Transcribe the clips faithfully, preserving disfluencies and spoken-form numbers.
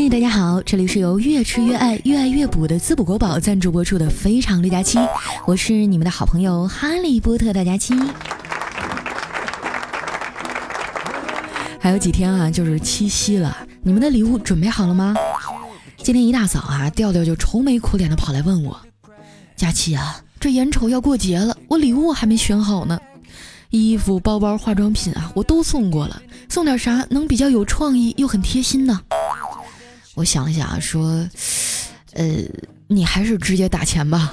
嗨，大家好，这里是由越吃越爱越爱越补的滋补国宝赞助播出的非常六加七，我是你们的好朋友哈利波特大家七。还有几天啊就是七夕了，你们的礼物准备好了吗？今天一大早啊，调调就愁眉苦脸的跑来问我，佳琪啊，这眼瞅要过节了，我礼物还没选好呢，衣服包包化妆品啊我都送过了，送点啥能比较有创意又很贴心呢？我想了想啊，说呃你还是直接打钱吧。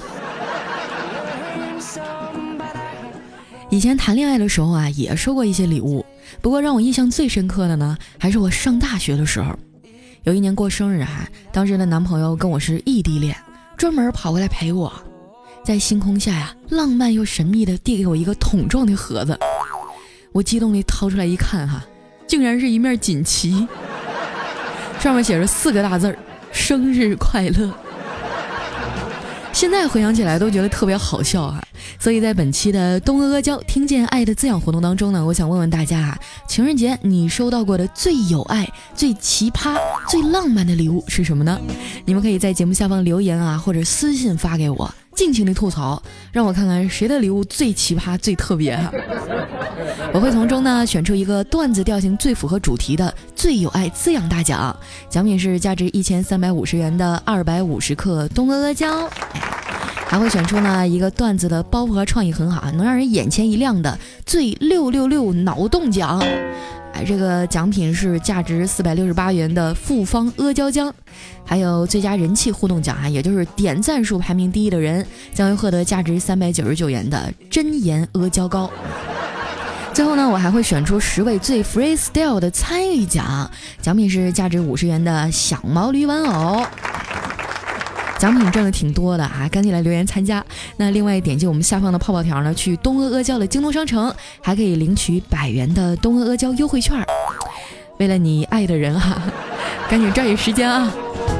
以前谈恋爱的时候啊也收过一些礼物，不过让我印象最深刻的呢还是我上大学的时候。有一年过生日啊，当时的男朋友跟我是异地恋，专门跑过来陪我，在星空下呀浪漫又神秘的递给我一个桶状的盒子。我激动地掏出来一看哈，竟然是一面锦旗，上面写着四个大字儿，生日快乐。现在回想起来都觉得特别好笑啊！所以在本期的东阿阿胶听见爱的滋养活动当中呢，我想问问大家啊，情人节你收到过的最有爱、最奇葩、最浪漫的礼物是什么呢？你们可以在节目下方留言啊，或者私信发给我，尽情的吐槽，让我看看谁的礼物最奇葩、最特别哈、啊。我会从中呢选出一个段子调性最符合主题的最有爱滋养大奖，奖品是价值一千三百五十元的二百五十克东阿阿胶，还会选出呢一个段子的包袱和创意很好，能让人眼前一亮的最六六六脑洞奖。哎，这个奖品是价值四百六十八元的复方阿胶浆，还有最佳人气互动奖啊，也就是点赞数排名第一的人将会获得价值三百九十九元的真言阿胶膏。最后呢，我还会选出十位最 freestyle 的参与奖，奖品是价值五十元的小毛驴玩偶。奖品真的挺多的啊，赶紧来留言参加。那另外点击我们下方的泡泡条呢，去东阿阿胶的京东商城，还可以领取百元的东阿阿胶优惠券。为了你爱的人啊，赶紧抓紧时间啊！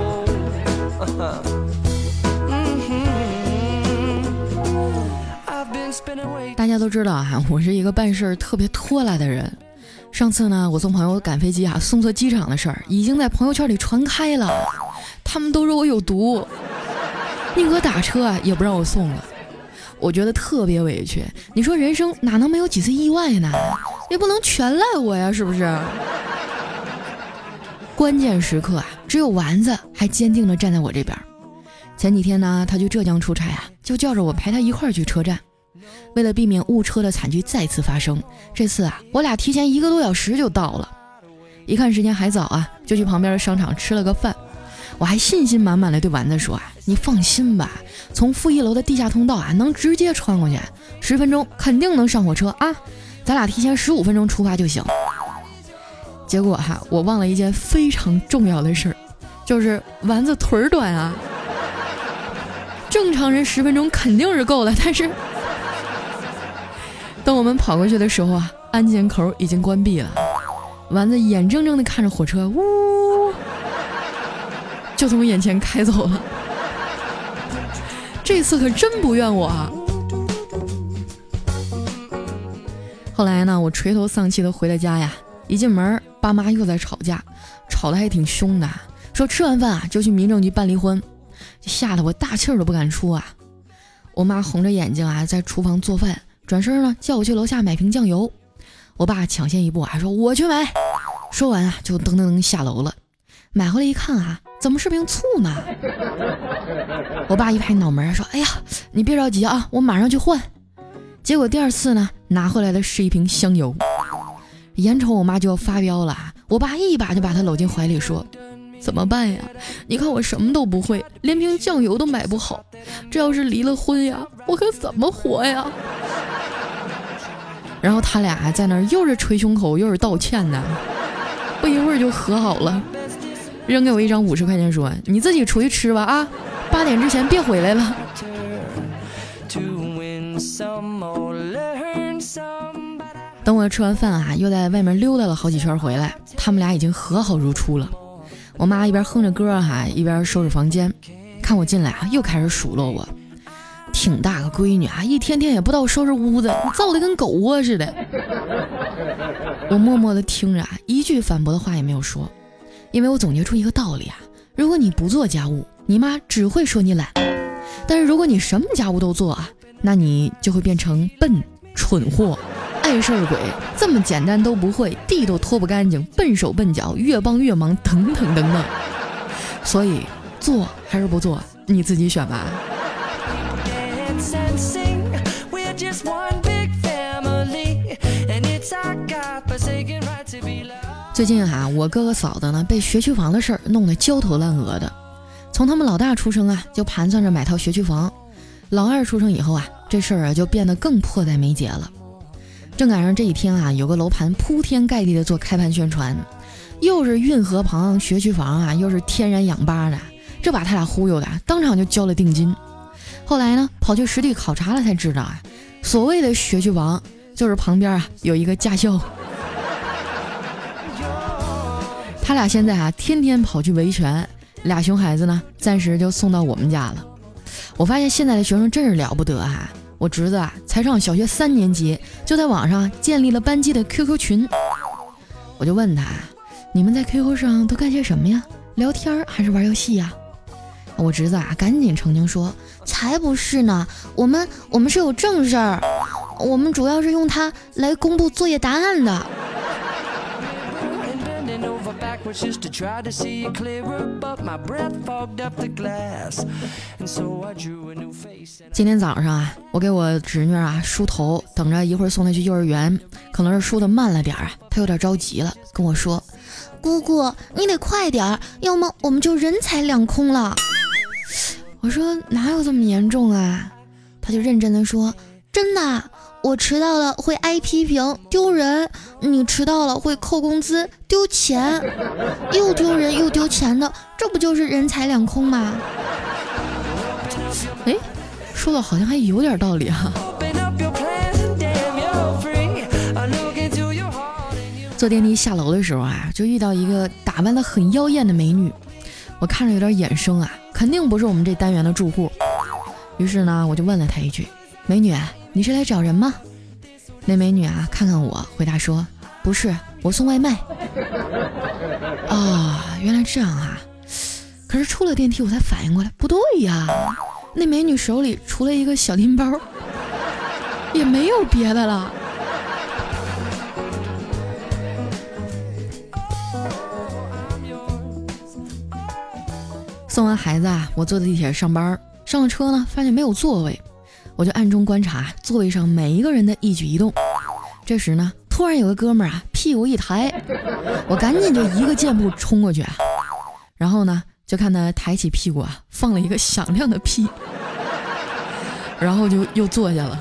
大家都知道啊，我是一个办事特别拖拉的人。上次呢，我送朋友赶飞机啊，送错机场的事儿已经在朋友圈里传开了，他们都说我有毒，宁可打车啊也不让我送了。我觉得特别委屈，你说人生哪能没有几次意外呢？也不能全赖我呀，是不是？关键时刻啊，只有丸子还坚定地站在我这边。前几天呢，他去浙江出差啊，就叫着我陪他一块儿去车站。为了避免误车的惨剧再次发生，这次啊，我俩提前一个多小时就到了。一看时间还早啊，就去旁边的商场吃了个饭。我还信心满满的对丸子说啊，你放心吧，从负一楼的地下通道啊，能直接穿过去，十分钟肯定能上火车啊，咱俩提前十五分钟出发就行。结果哈、啊，我忘了一件非常重要的事儿，就是丸子腿儿短啊。正常人十分钟肯定是够了，但是等我们跑过去的时候啊，安检口已经关闭了，丸子眼睁睁地看着火车呜就从眼前开走了。这次可真不怨我啊！后来呢，我垂头丧气的回了家呀，一进门爸妈又在吵架，吵得还挺凶的，说吃完饭啊就去民政局办离婚，吓得我大气儿都不敢出啊。我妈红着眼睛啊在厨房做饭，转身呢叫我去楼下买瓶酱油。我爸抢先一步啊说我去买，说完啊就噔噔噔下楼了。买回来一看啊，怎么是瓶醋呢？我爸一拍脑门说，哎呀，你别着急啊，我马上去换。结果第二次呢，拿回来的是一瓶香油。眼瞅我妈就要发飙了，我爸一把就把她搂进怀里说，怎么办呀？你看我什么都不会，连瓶酱油都买不好，这要是离了婚呀，我可怎么活呀？然后他俩还在那儿又是捶胸口又是道歉呢，不一会儿就和好了，扔给我一张五十块钱说，你自己出去吃吧啊，八点之前别回来了。等我吃完饭啊，又在外面溜达了好几圈回来，他们俩已经和好如初了。我妈一边哼着歌哈、啊，一边收拾房间，看我进来啊，又开始数落我，挺大个闺女啊，一天天也不到收拾屋子，造得跟狗窝似的。我默默地听着啊，一句反驳的话也没有说。 因为我总结出一个道理啊，如果你不做家务，你妈只会说你懒；但是如果你什么家务都做啊，那你就会变成笨、蠢货、碍事儿鬼，这么简单都不会，地都拖不干净，笨手笨脚，越帮越忙，等等等等。所以做还是不做，你自己选吧。最近啊，我哥哥嫂子呢被学区房的事儿弄得焦头烂额的。从他们老大出生啊，就盘算着买套学区房；老二出生以后啊，这事儿啊就变得更迫在眉睫了。正赶上这几天啊，有个楼盘铺天盖地的做开盘宣传，又是运河旁学区房啊，又是天然氧吧的，这把他俩忽悠的，当场就交了定金。后来呢，跑去实地考察了才知道啊，所谓的学区房就是旁边啊有一个驾校。他俩现在啊天天跑去维权，俩熊孩子呢暂时就送到我们家了。我发现现在的学生真是了不得啊！我侄子啊才上小学三年级，就在网上建立了班级的 Q Q 群。我就问他，你们在 Q Q 上都干些什么呀？聊天还是玩游戏呀？我侄子啊赶紧澄清说，才不是呢，我们我们是有正事儿，我们主要是用它来公布作业答案的。今天早上啊，我给我侄女啊梳头，等着一会儿送她去幼儿园，可能是梳得慢了点啊，她有点着急了，跟我说，姑姑你得快点，要么我们就人财两空了。我说哪有这么严重啊？她就认真的说，真的，我迟到了会挨批评丢人，你迟到了会扣工资丢钱，又丢人又丢钱的，这不就是人财两空吗？诶，说的好像还有点道理啊。坐电梯下楼的时候啊，就遇到一个打扮得很妖艳的美女，我看着有点眼生啊，肯定不是我们这单元的住户。于是呢，我就问了她一句，美女，你是来找人吗？那美女啊看看我，回答说，不是，我送外卖。啊，原来这样啊！可是出了电梯我才反应过来，不对呀，那美女手里除了一个小拎包，也没有别的了。送完孩子啊，我坐地铁上班，上了车呢，发现没有座位，我就暗中观察座位上每一个人的一举一动。这时呢，突然有个哥们儿啊屁股一抬，我赶紧就一个箭步冲过去啊，然后呢就看他抬起屁股啊，放了一个响亮的屁，然后就又坐下了。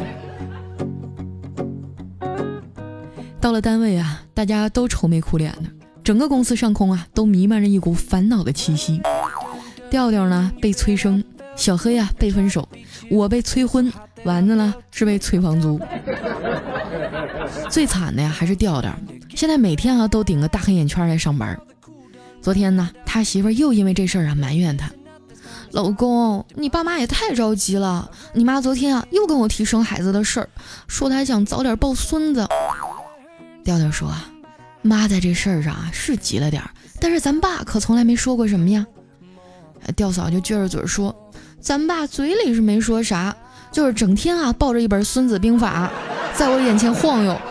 到了单位啊，大家都愁眉苦脸的，整个公司上空啊都弥漫着一股烦恼的气息。调调呢被催生，小黑啊被分手，我被催婚，丸子呢是被催房租。最惨的呀还是调调，现在每天啊都顶个大黑眼圈来上班。昨天呢，他媳妇又因为这事儿啊埋怨他，老公，你爸妈也太着急了，你妈昨天啊又跟我提生孩子的事儿，说她想早点抱孙子。调调说，妈在这事儿上啊是急了点，但是咱爸可从来没说过什么呀。调嫂就撅着嘴说，咱爸嘴里是没说啥，就是整天啊抱着一本孙子兵法在我眼前晃悠。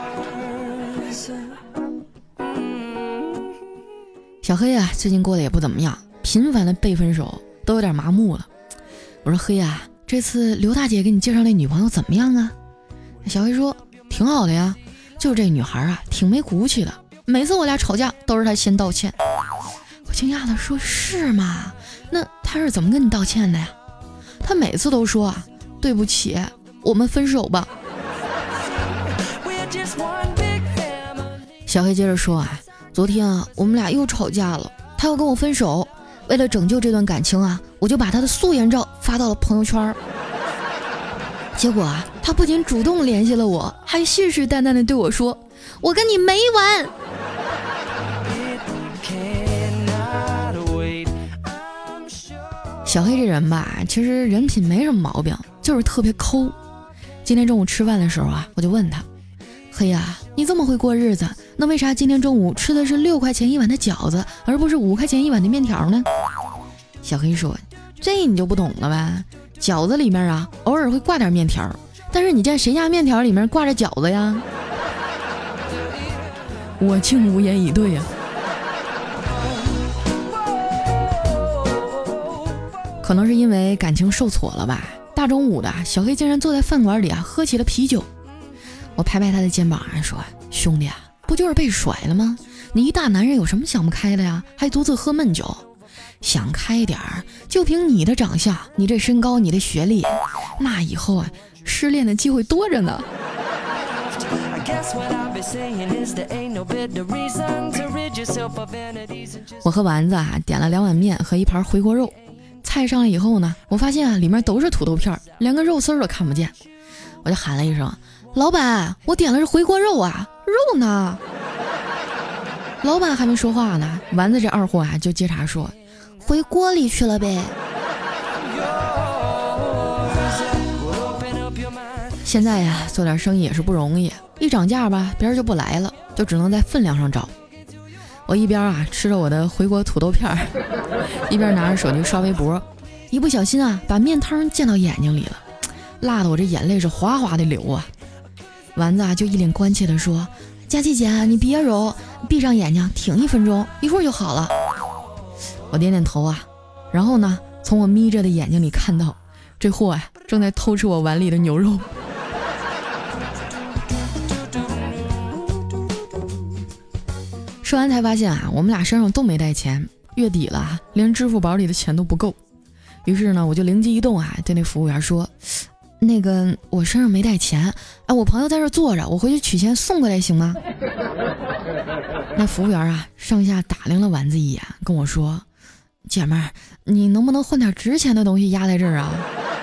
小黑啊最近过得也不怎么样，频繁的被分手，都有点麻木了。我说，黑啊，这次刘大姐给你介绍那女朋友怎么样啊？小黑说，挺好的呀，就是这女孩啊挺没骨气的，每次我俩吵架都是她先道歉。我惊讶的说，是吗？那她是怎么跟你道歉的呀？她每次都说啊，对不起，我们分手吧。小黑接着说啊，昨天啊我们俩又吵架了，她要跟我分手，为了拯救这段感情啊，我就把她的素颜照发到了朋友圈。结果啊，她不仅主动联系了我，还信誓旦旦地对我说，我跟你没完。小黑这人吧，其实人品没什么毛病，就是特别抠。今天中午吃饭的时候啊，我就问他，黑呀，你这么会过日子， 那为啥今天中午吃的是六块钱一碗的饺子，而不是五块钱一碗的面条呢？小黑说，这你就不懂了呗，饺子里面啊偶尔会挂点面条，但是你见谁家面条里面挂着饺子呀？我竟无言以对呀、可能是因为感情受挫了吧，大中午的小黑竟然坐在饭馆里啊喝起了啤酒。我拍拍他的肩膀说，兄弟啊，不就是被甩了吗？你一大男人有什么想不开的呀？还独自喝闷酒，想开点儿，就凭你的长相，你这身高，你的学历，那以后啊失恋的机会多着呢。我和丸子啊点了两碗面和一盘回锅肉，菜上来以后呢，我发现啊里面都是土豆片，连个肉丝都看不见。我就喊了一声，老板，我点的是回锅肉啊，肉呢？老板还没说话呢，丸子这二货啊就接茬说，回锅里去了呗。现在呀做点生意也是不容易，一涨价吧别人就不来了，就只能在分量上找。我一边啊吃着我的回锅土豆片，一边拿着手机刷微博，一不小心啊把面汤溅到眼睛里了，辣得我这眼泪是哗哗的流啊。丸子啊就一脸关切地说，佳琪姐你别揉，闭上眼睛挺一分钟，一会儿就好了。我点点头啊，然后呢从我眯着的眼睛里看到这货啊正在偷吃我碗里的牛肉。说完才发现啊，我们俩身上都没带钱，月底了，连支付宝里的钱都不够。于是呢，我就灵机一动啊，对那服务员说：“那个，我身上没带钱，哎，我朋友在这坐着，我回去取钱送过来行吗？”那服务员啊，上下打量了丸子一眼，跟我说：“姐妹儿，你能不能换点值钱的东西压在这儿啊？”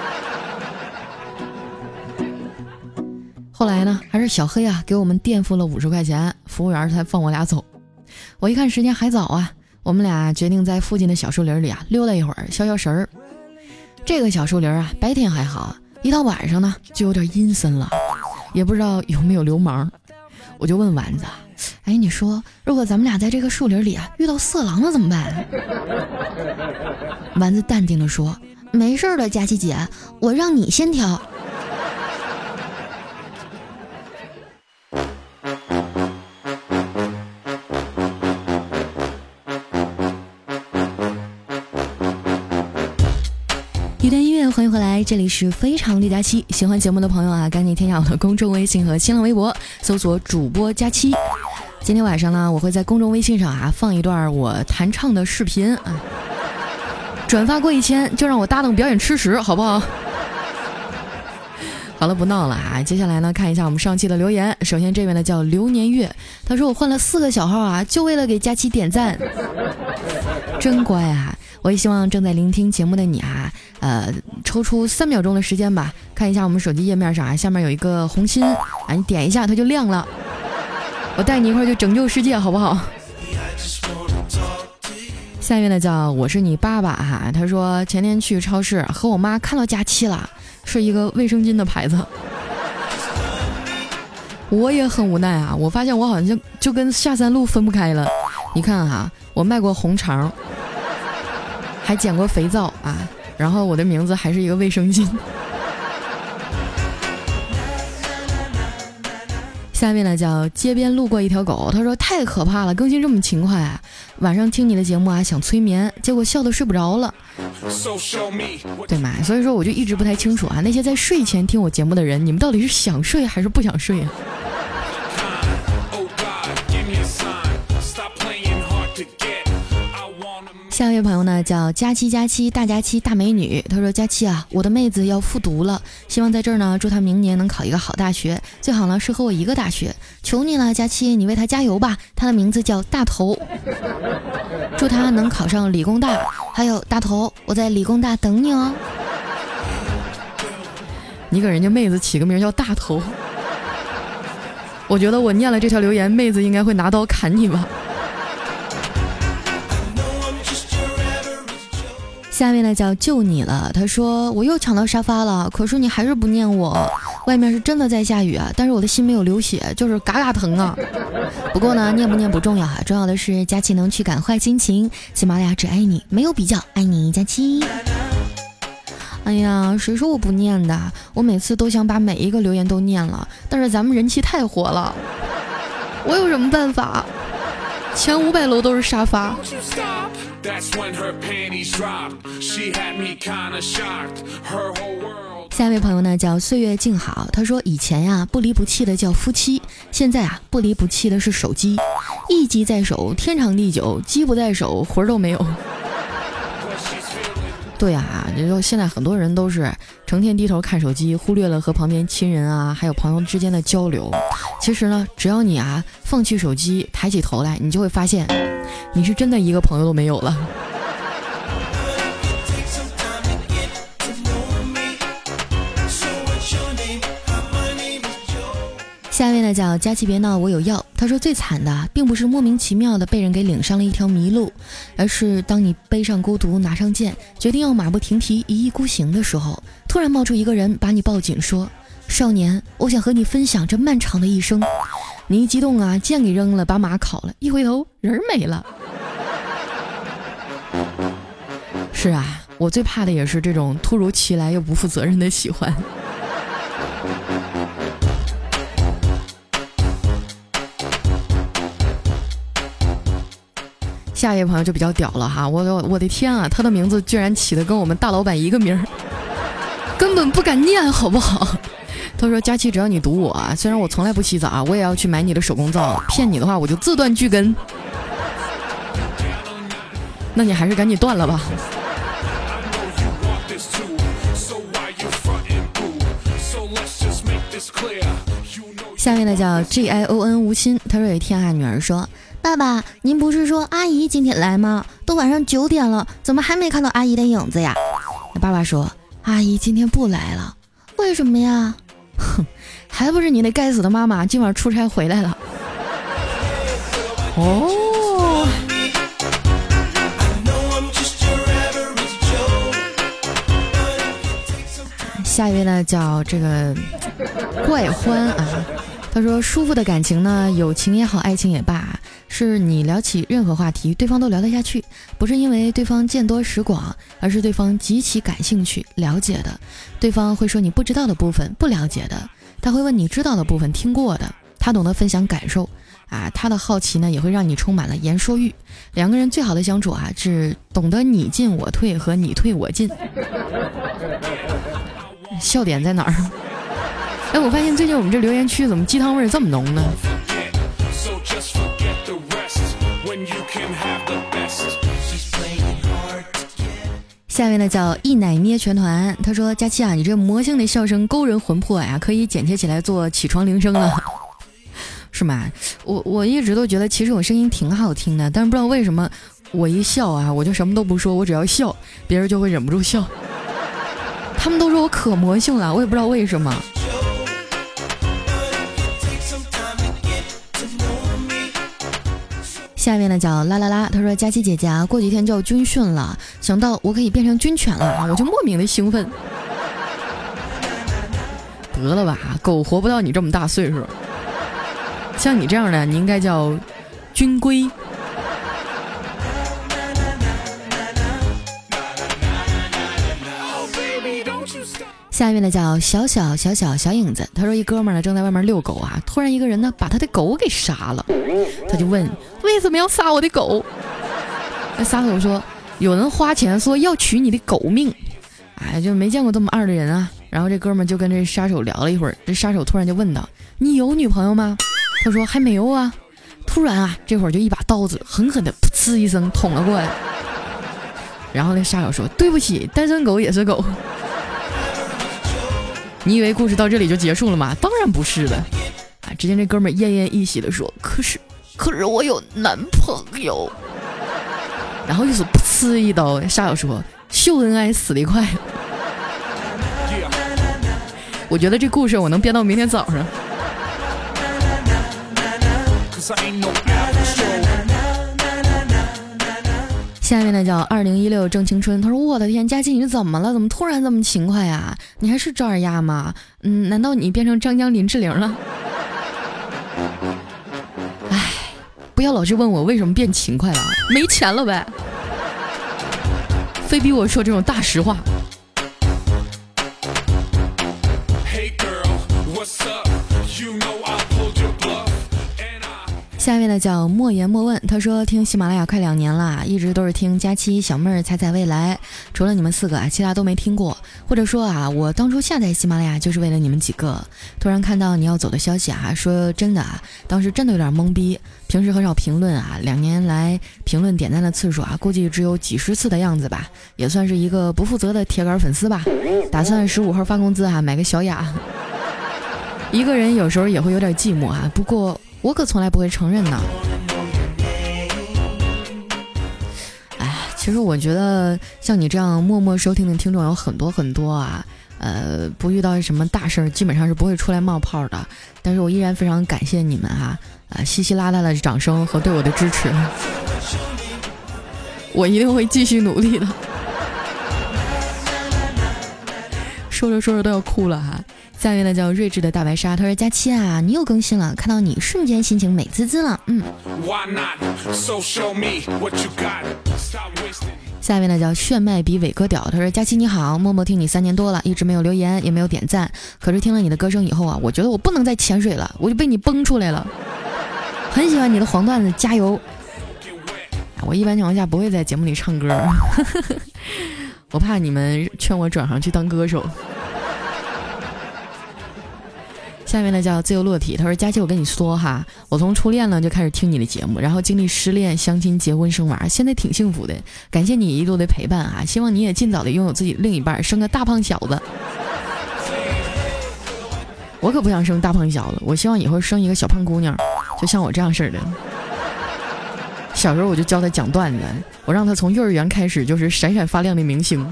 后来呢，还是小黑啊给我们垫付了五十块钱，服务员才放我俩走。我一看时间还早啊，我们俩决定在附近的小树林里啊溜达一会儿，消消神儿。这个小树林啊，白天还好，一到晚上呢就有点阴森了，也不知道有没有流氓。我就问丸子，哎，你说如果咱们俩在这个树林里啊遇到色狼了怎么办？丸子淡定地说，没事的，佳琪姐，我让你先挑。一段音乐，欢迎回来，这里是非常六加七。喜欢节目的朋友啊，赶紧添加我的公众微信和新浪微博，搜索主播加七。今天晚上呢，我会在公众微信上啊放一段我弹唱的视频啊，转发过一千就让我搭档表演吃屎，好不好？好了，不闹了啊！接下来呢，看一下我们上期的留言。首先这位呢叫流年月，他说我换了四个小号啊，就为了给佳期点赞，真乖啊！我也希望正在聆听节目的你啊，呃，抽出三秒钟的时间吧，看一下我们手机页面上啊，下面有一个红心啊，你点一下它就亮了。我带你一块儿去拯救世界，好不好？下面呢叫我是你爸爸哈，他说前天去超市和我妈看到佳期了，是一个卫生巾的牌子。我也很无奈啊，我发现我好像就就跟下三路分不开了。你看哈，我卖过红肠，还捡过肥皂啊，然后我的名字还是一个卫生巾。下面呢叫街边路过一条狗，他说太可怕了，更新这么勤快啊！晚上听你的节目啊，想催眠，结果笑得睡不着了，对吗？所以说我就一直不太清楚啊，那些在睡前听我节目的人，你们到底是想睡还是不想睡啊？下一位朋友呢叫佳期佳期大佳期大美女，她说佳期啊，我的妹子要复读了，希望在这儿呢祝她明年能考一个好大学，最好呢是和我一个大学，求你了佳期，你为她加油吧，她的名字叫大头，祝她能考上理工大，还有大头，我在理工大等你哦。你给人家妹子起个名叫大头，我觉得我念了这条留言，妹子应该会拿刀砍你吧。 下面呢叫救你了，他说我又抢到沙发了，可是你还是不念我。外面是真的在下雨啊，但是我的心没有流血，就是嘎嘎疼啊。不过呢，念不念不重要啊，重要的是佳期能驱赶坏心情。喜马拉雅只爱你，没有比较，爱你佳期。哎呀，谁说我不念的？我每次都想把每一个留言都念了，但是咱们人气太火了，我有什么办法？前五百楼都是沙发。下一位朋友呢叫岁月静好，他说以前呀不离不弃的叫夫妻，现在啊不离不弃的是手机，一机在手天长地久，机不在手魂儿都没有。对啊，这就现在很多人都是成天低头看手机，忽略了和旁边亲人啊还有朋友之间的交流。其实呢，只要你啊放弃手机，抬起头来，你就会发现你是真的一个朋友都没有了。下面呢叫佳琪别闹我有药，他说最惨的并不是莫名其妙的被人给领上了一条迷路，而是当你背上孤独拿上剑，决定要马不停蹄一意孤行的时候，突然冒出一个人把你抱紧说，少年，我想和你分享这漫长的一生。你一激动啊，剑给扔了，把马烤了，一回头人没了。是啊，我最怕的也是这种突如其来又不负责任的喜欢。下一位朋友就比较屌了哈，我我的天啊，他的名字居然起得跟我们大老板一个名儿，根本不敢念好不好？他说佳期只要你读我啊，虽然我从来不洗澡，我也要去买你的手工皂，骗你的话我就自断句根。那你还是赶紧断了吧。下面呢叫 G I O N 无心，他说有一天啊，女儿说，爸爸，您不是说阿姨今天来吗？都晚上九点了，怎么还没看到阿姨的影子呀？爸爸说，阿姨今天不来了。为什么呀？哼，还不是你那该死的妈妈今晚出差回来了。哦，下一位呢叫这个怪欢啊，他说舒服的感情呢，友情也好，爱情也罢，是你聊起任何话题对方都聊得下去，不是因为对方见多识广，而是对方极其感兴趣了解的。对方会说你不知道的部分，不了解的，他会问你知道的部分，听过的，他懂得分享感受啊，他的好奇呢也会让你充满了言说欲。两个人最好的相处啊，是懂得你进我退和你退我进。笑点在哪儿？哎，我发现最近我们这留言区怎么鸡汤味这么浓呢？下面呢叫一奶捏拳团，他说佳期啊，你这魔性的笑声勾人魂魄呀，可以剪切起来做起床铃声了。是吗？我我一直都觉得其实我声音挺好听的，但是不知道为什么我一笑啊，我就什么都不说，我只要笑，别人就会忍不住笑。他们都说我可魔性了，我也不知道为什么。下面呢叫啦啦啦，他说佳期姐姐啊，过几天就要军训了，想到我可以变成军犬了，我就莫名的兴奋。得了吧，狗活不到你这么大岁数，像你这样的你应该叫军规。下面呢叫小小小小小影子，他说一哥们儿呢正在外面遛狗啊，突然一个人呢把他的狗给杀了，他就问为什么要杀我的狗？那杀手说有人花钱说要取你的狗命，哎，就没见过这么二的人啊。然后这哥们儿就跟这杀手聊了一会儿，这杀手突然就问道你有女朋友吗？他说还没有啊。突然啊，这会儿就一把刀子狠狠的噗呲一声捅了过来。然后那杀手说对不起，单身狗也是狗。你以为故事到这里就结束了吗？当然不是的啊！只见这哥们儿奄奄一息的说可是可是我有男朋友。然后又是噗呲一刀，杀手说秀恩爱死得快。我觉得这故事我能编到明天早上。 下面呢叫二零一六正青春，他说我的天，佳琪你是怎么了？怎么突然这么勤快呀？你还是赵二丫吗？嗯，难道你变成张江林志玲了？哎，不要老是问我为什么变勤快了，没钱了呗，非逼我说这种大实话。下一位呢叫莫言莫问，他说听喜马拉雅快两年了，一直都是听佳期、小妹儿、彩彩、未来，除了你们四个啊，其他都没听过。或者说啊，我当初下载喜马拉雅就是为了你们几个。突然看到你要走的消息啊，说真的啊，当时真的有点懵逼。平时很少评论啊，两年来评论点赞的次数啊，估计只有几十次的样子吧，也算是一个不负责的铁杆粉丝吧。打算十五号发工资啊，买个小雅。一个人有时候也会有点寂寞啊，不过我可从来不会承认呢。哎，其实我觉得像你这样默默收听的听众有很多很多啊，呃，不遇到什么大事儿，基本上是不会出来冒泡的。但是我依然非常感谢你们哈、啊，啊，稀稀拉拉的掌声和对我的支持，我一定会继续努力的。说着说着都要哭了哈。下面呢叫睿智的大白鲨，他说佳期啊，你又更新了，看到你瞬间心情美滋滋了。嗯。下面呢叫炫迈比伟哥屌，他说佳期你好，默默听你三年多了，一直没有留言也没有点赞，可是听了你的歌声以后啊，我觉得我不能再潜水了，我就被你崩出来了。很喜欢你的黄段子，加油。我一般情况下不会在节目里唱歌，我怕你们劝我转行去当歌手。下面呢叫自由落体，他说佳琪我跟你说哈，我从初恋呢就开始听你的节目，然后经历失恋、相亲、结婚、生娃，现在挺幸福的，感谢你一路的陪伴啊，希望你也尽早的拥有自己另一半，生个大胖小子。我可不想生大胖小子，我希望以后生一个小胖姑娘，就像我这样式的。小时候我就教他讲段子，我让他从幼儿园开始就是闪闪发亮的明星。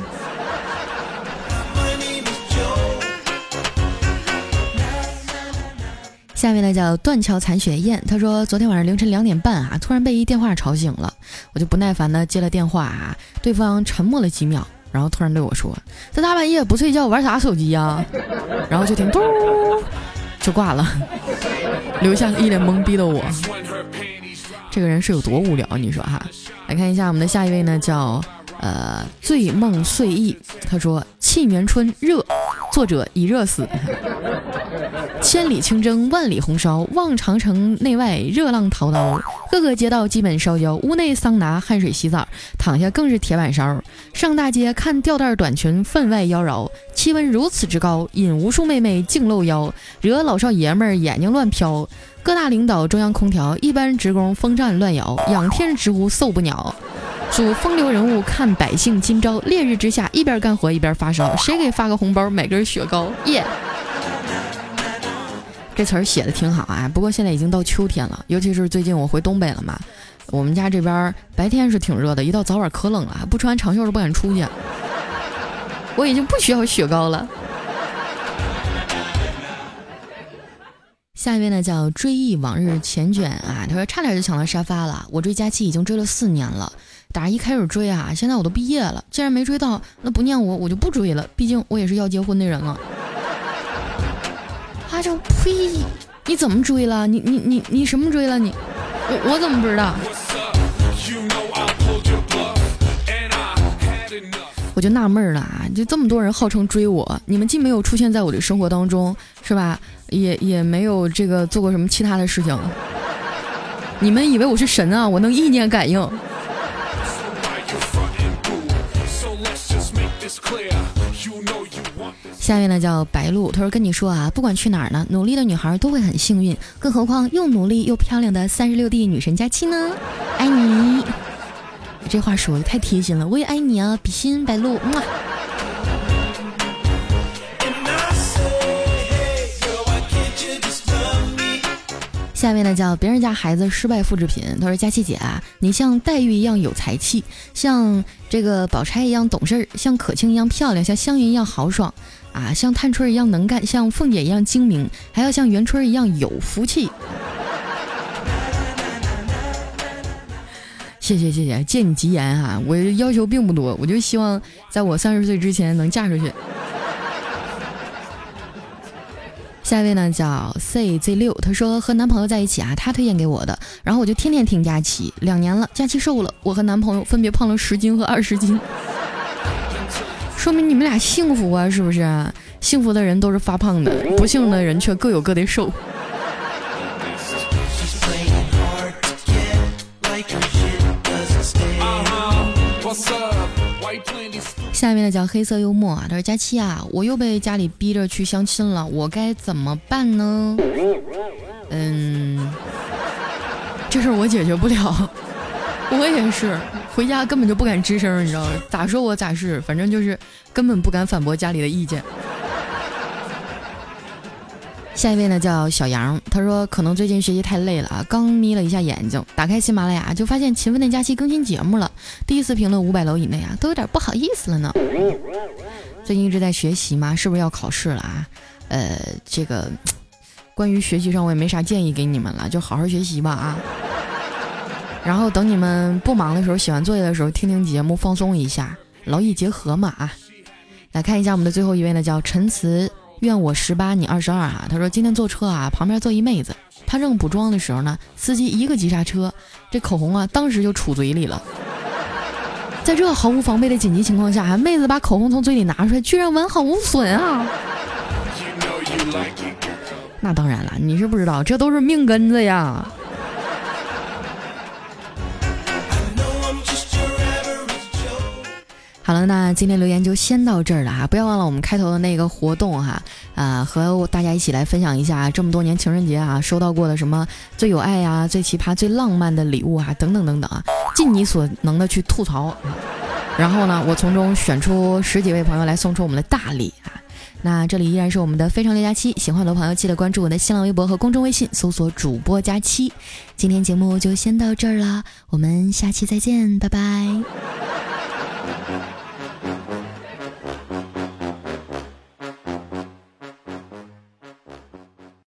下面呢叫断桥残雪雁，他说昨天晚上凌晨两点半啊，突然被一电话吵醒了，我就不耐烦的接了电话啊，对方沉默了几秒，然后突然对我说，这大半夜不睡觉玩啥手机呀？然后就听嘟就挂了，留下一脸懵逼的我。这个人是有多无聊你说哈。来看一下我们的下一位呢叫呃醉梦碎意，他说沁园春热，作者已热死。千里清蒸万里红烧，望长城内外热浪滔滔，各个街道基本烧焦，屋内桑拿汗水洗澡，躺下更是铁板烧，上大街看吊带短裙分外妖娆，气温如此之高，引无数妹妹净露腰，惹老少爷们儿眼睛乱飘，各大领导中央空调，一般职工风扇乱摇，仰天直呼受不了。属风流人物看百姓今朝，烈日之下一边干活一边发烧，谁给发个红包买根雪糕耶、yeah 这词儿写的挺好啊，不过现在已经到秋天了，尤其是最近我回东北了嘛，我们家这边白天是挺热的，一到早晚可冷了，不穿长袖都不敢出去。我已经不需要雪糕了。下一位呢叫追忆往日缱绻啊，他说差点就抢到沙发了，我追佳期已经追了四年了，打一开始追啊，现在我都毕业了，既然没追到，那不念我我就不追了，毕竟我也是要结婚的人了。他就呸，你怎么追了？你你你你什么追了你？我我怎么不知道？我就纳闷了啊，就这么多人号称追我，你们既没有出现在我的生活当中，是吧？也也没有这个做过什么其他的事情。你们以为我是神啊？我能意念感应。下面呢叫白露，他说跟你说啊，不管去哪儿呢，努力的女孩都会很幸运，更何况又努力又漂亮的三十六 D 女神佳期呢？爱你。这话说的太贴心了，我也爱你啊，比心白露。哇，下面呢叫别人家孩子失败复制品，他说佳期姐啊，你像黛玉一样有才气，像这个宝钗一样懂事，像可卿一样漂亮，像湘云一样豪爽啊，像探春一样能干，像凤姐一样精明，还要像元春一样有福气。 谢谢谢谢，借你吉言哈、啊，我要求并不多，我就希望在我三十岁之前能嫁出去。下一位呢叫 C Z 六，他说和男朋友在一起啊，他推荐给我的，然后我就天天听佳期，两年了，佳期瘦了，我和男朋友分别胖了十斤和二十斤，说明你们俩幸福啊，是不是？幸福的人都是发胖的，不幸的人却各有各的瘦。下面的叫黑色幽默啊，他说佳期啊，我又被家里逼着去相亲了，我该怎么办呢？嗯，这事儿我解决不了，我也是回家根本就不敢吱声，你知道吗？咋说我咋是，反正就是根本不敢反驳家里的意见。下一位呢叫小杨，他说可能最近学习太累了啊，刚眯了一下眼睛，打开喜马拉雅就发现勤奋的佳期更新节目了，第一次评论五百楼以内啊，都有点不好意思了呢。最近一直在学习嘛，是不是要考试了啊？呃，这个关于学习上我也没啥建议给你们了，就好好学习吧啊。然后等你们不忙的时候，写完作业的时候听听节目放松一下，劳逸结合嘛啊。来看一下我们的最后一位呢，叫陈词。愿我十八你二十二啊，他说今天坐车啊，旁边坐一妹子，她正补妆的时候呢，司机一个急刹车，这口红啊当时就杵嘴里了。在这毫无防备的紧急情况下，妹子把口红从嘴里拿出来，居然完好无损啊！那当然了，你是不知道，这都是命根子呀。好了，那今天留言就先到这儿了哈，不要忘了我们开头的那个活动哈，啊，和大家一起来分享一下这么多年情人节啊收到过的什么最有爱呀、最奇葩、最浪漫的礼物啊，等等等等啊，尽你所能的去吐槽，然后呢，我从中选出十几位朋友来送出我们的大礼啊。那这里依然是我们的非常六加七，喜欢我的朋友记得关注我的新浪微博和公众微信，搜索主播加七。今天节目就先到这儿啦，我们下期再见，拜拜。